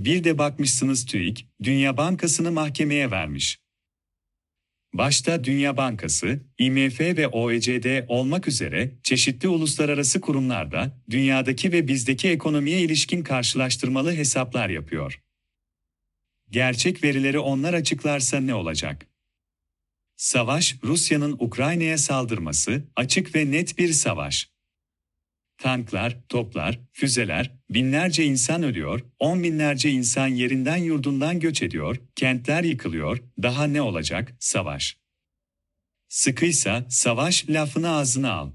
Bir de bakmışsınız TÜİK, Dünya Bankası'nı mahkemeye vermiş. Başta Dünya Bankası, IMF ve OECD olmak üzere çeşitli uluslararası kurumlarda dünyadaki ve bizdeki ekonomiye ilişkin karşılaştırmalı hesaplar yapıyor. Gerçek verileri onlar açıklarsa ne olacak? Savaş, Rusya'nın Ukrayna'ya saldırması, açık ve net bir savaş. Tanklar, toplar, füzeler, binlerce insan ölüyor, on binlerce insan yerinden yurdundan göç ediyor, kentler yıkılıyor, daha ne olacak? Savaş. Sıkıysa, savaş lafını ağzına al.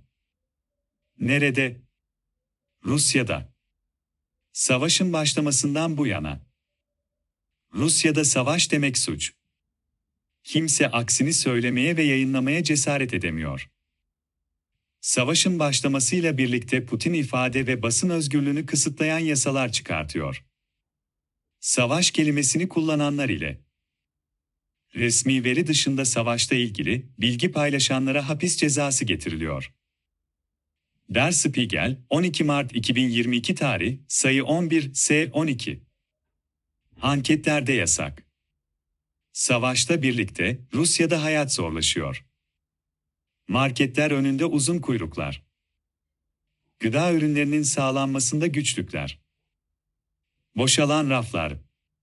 Nerede? Rusya'da. Savaşın başlamasından bu yana. Rusya'da savaş demek suç. Kimse aksini söylemeye ve yayınlamaya cesaret edemiyor. Savaşın başlamasıyla birlikte Putin ifade ve basın özgürlüğünü kısıtlayan yasalar çıkartıyor. Savaş kelimesini kullananlar ile resmi veri dışında savaşla ilgili bilgi paylaşanlara hapis cezası getiriliyor. Der Spiegel, 12 Mart 2022 tarih, sayı 11-S12. Anketlerde yasak. Savaşla birlikte Rusya'da hayat zorlaşıyor. Marketler önünde uzun kuyruklar. Gıda ürünlerinin sağlanmasında güçlükler. Boşalan raflar.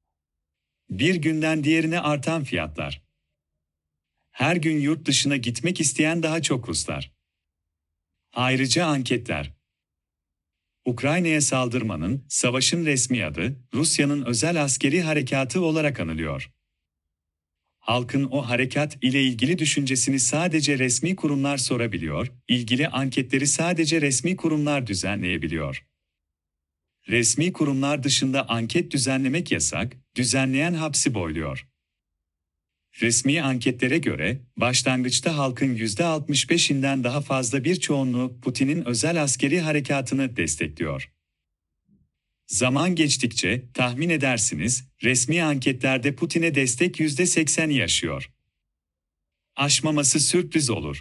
Bir günden diğerine artan fiyatlar. Her gün yurt dışına gitmek isteyen daha çok Ruslar. Ayrıca anketler. Ukrayna'ya saldırmanın, savaşın resmi adı, Rusya'nın özel askeri harekatı olarak anılıyor. Halkın o harekat ile ilgili düşüncesini sadece resmi kurumlar sorabiliyor, ilgili anketleri sadece resmi kurumlar düzenleyebiliyor. Resmi kurumlar dışında anket düzenlemek yasak, düzenleyen hapsi boyluyor. Resmi anketlere göre, başlangıçta halkın %65'inden daha fazla bir çoğunluğu Putin'in özel askeri harekatını destekliyor. Zaman geçtikçe, tahmin edersiniz, resmi anketlerde Putin'e destek %80'i yaşıyor. Aşmaması sürpriz olur.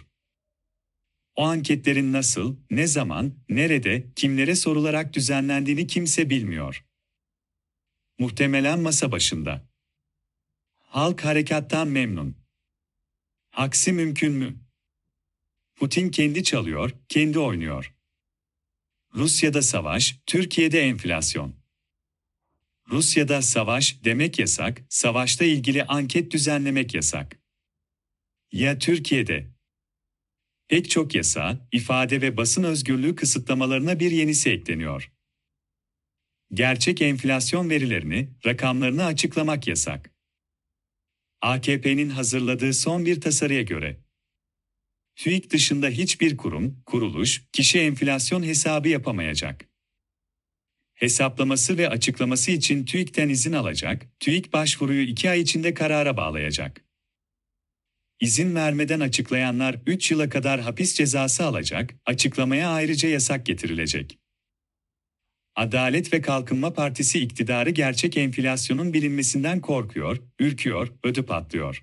O anketlerin nasıl, ne zaman, nerede, kimlere sorularak düzenlendiğini kimse bilmiyor. Muhtemelen masa başında. Halk harekattan memnun. Aksi mümkün mü? Putin kendi çalıyor, kendi oynuyor. Rusya'da savaş, Türkiye'de enflasyon. Rusya'da savaş demek yasak, savaşla ilgili anket düzenlemek yasak. Ya Türkiye'de? Pek çok yasa, ifade ve basın özgürlüğü kısıtlamalarına bir yenisi ekleniyor. Gerçek enflasyon verilerini, rakamlarını açıklamak yasak. AKP'nin hazırladığı son bir tasarıya göre, TÜİK dışında hiçbir kurum, kuruluş, kişi enflasyon hesabı yapamayacak. Hesaplaması ve açıklaması için TÜİK'ten izin alacak, TÜİK başvuruyu 2 ay içinde karara bağlayacak. İzin vermeden açıklayanlar 3 yıla kadar hapis cezası alacak, açıklamaya ayrıca yasak getirilecek. Adalet ve Kalkınma Partisi iktidarı gerçek enflasyonun bilinmesinden korkuyor, ürküyor, ödü patlıyor.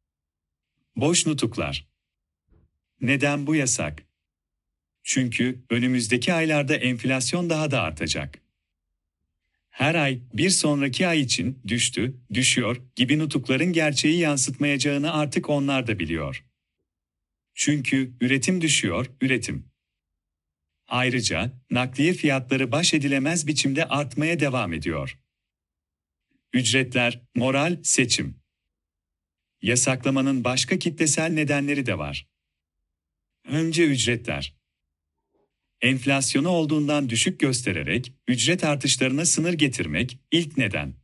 Boş nutuklar. Neden bu yasak? Çünkü önümüzdeki aylarda enflasyon daha da artacak. Her ay, bir sonraki ay için düştü, düşüyor gibi nutukların gerçeği yansıtmayacağını artık onlar da biliyor. Çünkü üretim düşüyor, üretim. Ayrıca, nakliye fiyatları baş edilemez biçimde artmaya devam ediyor. Ücretler, moral, seçim. Yasaklamanın başka kitlesel nedenleri de var. Önce ücretler. Enflasyonu olduğundan düşük göstererek, ücret artışlarına sınır getirmek, ilk neden.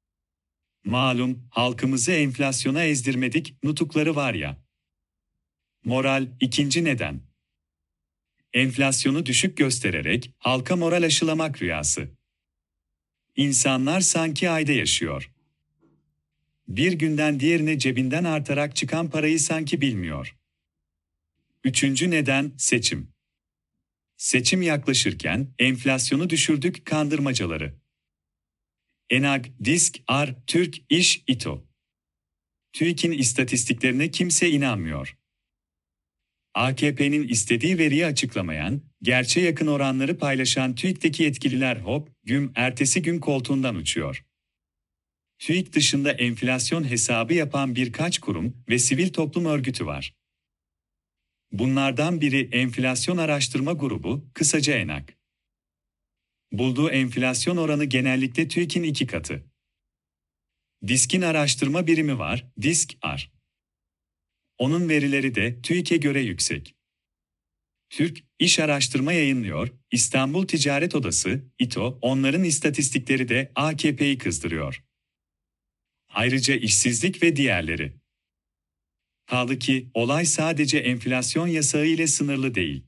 Malum, halkımızı enflasyona ezdirmedik, nutukları var ya. Moral, ikinci neden. Enflasyonu düşük göstererek, halka moral aşılamak rüyası. İnsanlar sanki ayda yaşıyor. Bir günden diğerine cebinden artarak çıkan parayı sanki bilmiyor. Üçüncü neden, seçim. Seçim yaklaşırken, enflasyonu düşürdük kandırmacaları. Enag, Disk, Ar, Türk, İş, İTO. TÜİK'in istatistiklerine kimse inanmıyor. AKP'nin istediği veriyi açıklamayan, gerçeğe yakın oranları paylaşan TÜİK'teki yetkililer hop, güm, ertesi gün koltuğundan uçuyor. TÜİK dışında enflasyon hesabı yapan birkaç kurum ve sivil toplum örgütü var. Bunlardan biri Enflasyon Araştırma Grubu, kısaca ENAK. Bulduğu enflasyon oranı genellikle TÜİK'in 2 katı. DİSK'in araştırma birimi var, DİSK-AR. Onun verileri de TÜİK'e göre yüksek. Türk İş Araştırma yayınlıyor, İstanbul Ticaret Odası, İTO, onların istatistikleri de AKP'yi kızdırıyor. Ayrıca işsizlik ve diğerleri. Kaldı ki olay sadece enflasyon yasağı ile sınırlı değil.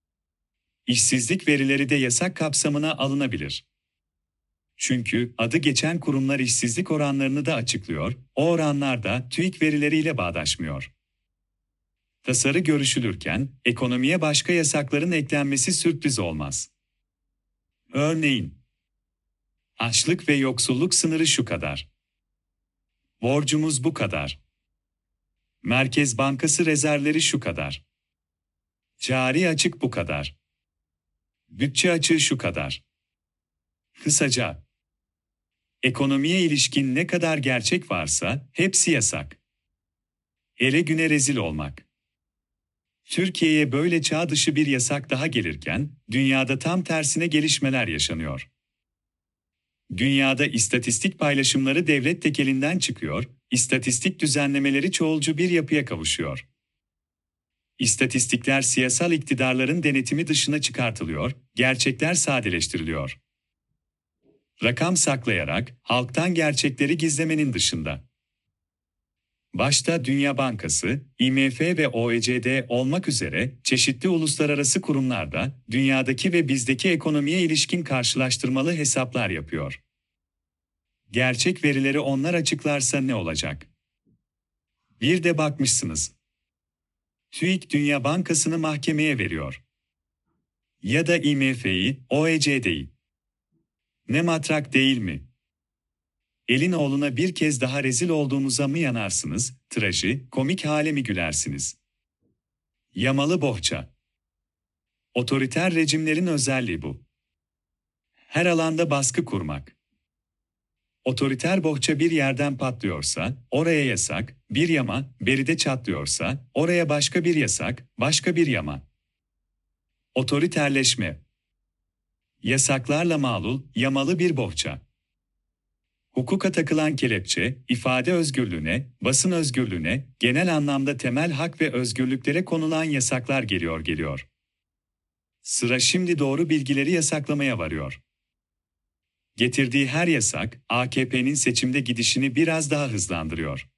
İşsizlik verileri de yasak kapsamına alınabilir. Çünkü adı geçen kurumlar işsizlik oranlarını da açıklıyor, o oranlar da TÜİK verileriyle bağdaşmıyor. Tasarı görüşülürken ekonomiye başka yasakların eklenmesi sürpriz olmaz. Örneğin, açlık ve yoksulluk sınırı şu kadar. Borcumuz bu kadar. Merkez Bankası rezervleri şu kadar. Cari açık bu kadar. Bütçe açığı şu kadar. Kısaca, ekonomiye ilişkin ne kadar gerçek varsa hepsi yasak. Ele güne rezil olmak. Türkiye'ye böyle çağ dışı bir yasak daha gelirken, dünyada tam tersine gelişmeler yaşanıyor. Dünyada istatistik paylaşımları devlet tekelinden çıkıyor, istatistik düzenlemeleri çoğulcu bir yapıya kavuşuyor. İstatistikler siyasal iktidarların denetimi dışına çıkartılıyor, gerçekler sadeleştiriliyor. Rakam saklayarak, halktan gerçekleri gizlemenin dışında. Başta Dünya Bankası, IMF ve OECD olmak üzere çeşitli uluslararası kurumlarda dünyadaki ve bizdeki ekonomiye ilişkin karşılaştırmalı hesaplar yapıyor. Gerçek verileri onlar açıklarsa ne olacak? Bir de bakmışsınız. TÜİK Dünya Bankası'nı mahkemeye veriyor. Ya da IMF'yi, OECD'yi. Ne matrak değil mi? Elinoğlu'na bir kez daha rezil olduğunuza mı yanarsınız, komik hale mi gülersiniz? Yamalı bohça. Otoriter rejimlerin özelliği bu. Her alanda baskı kurmak. Otoriter bohça bir yerden patlıyorsa, oraya yasak, bir yama, beride çatlıyorsa, oraya başka bir yasak, başka bir yama. Otoriterleşme. Yasaklarla mağlul, yamalı bir bohça. Hukuka takılan kelepçe, ifade özgürlüğüne, basın özgürlüğüne, genel anlamda temel hak ve özgürlüklere konulan yasaklar geliyor. Sıra şimdi doğru bilgileri yasaklamaya varıyor. Getirdiği her yasak, AKP'nin seçimde gidişini biraz daha hızlandırıyor.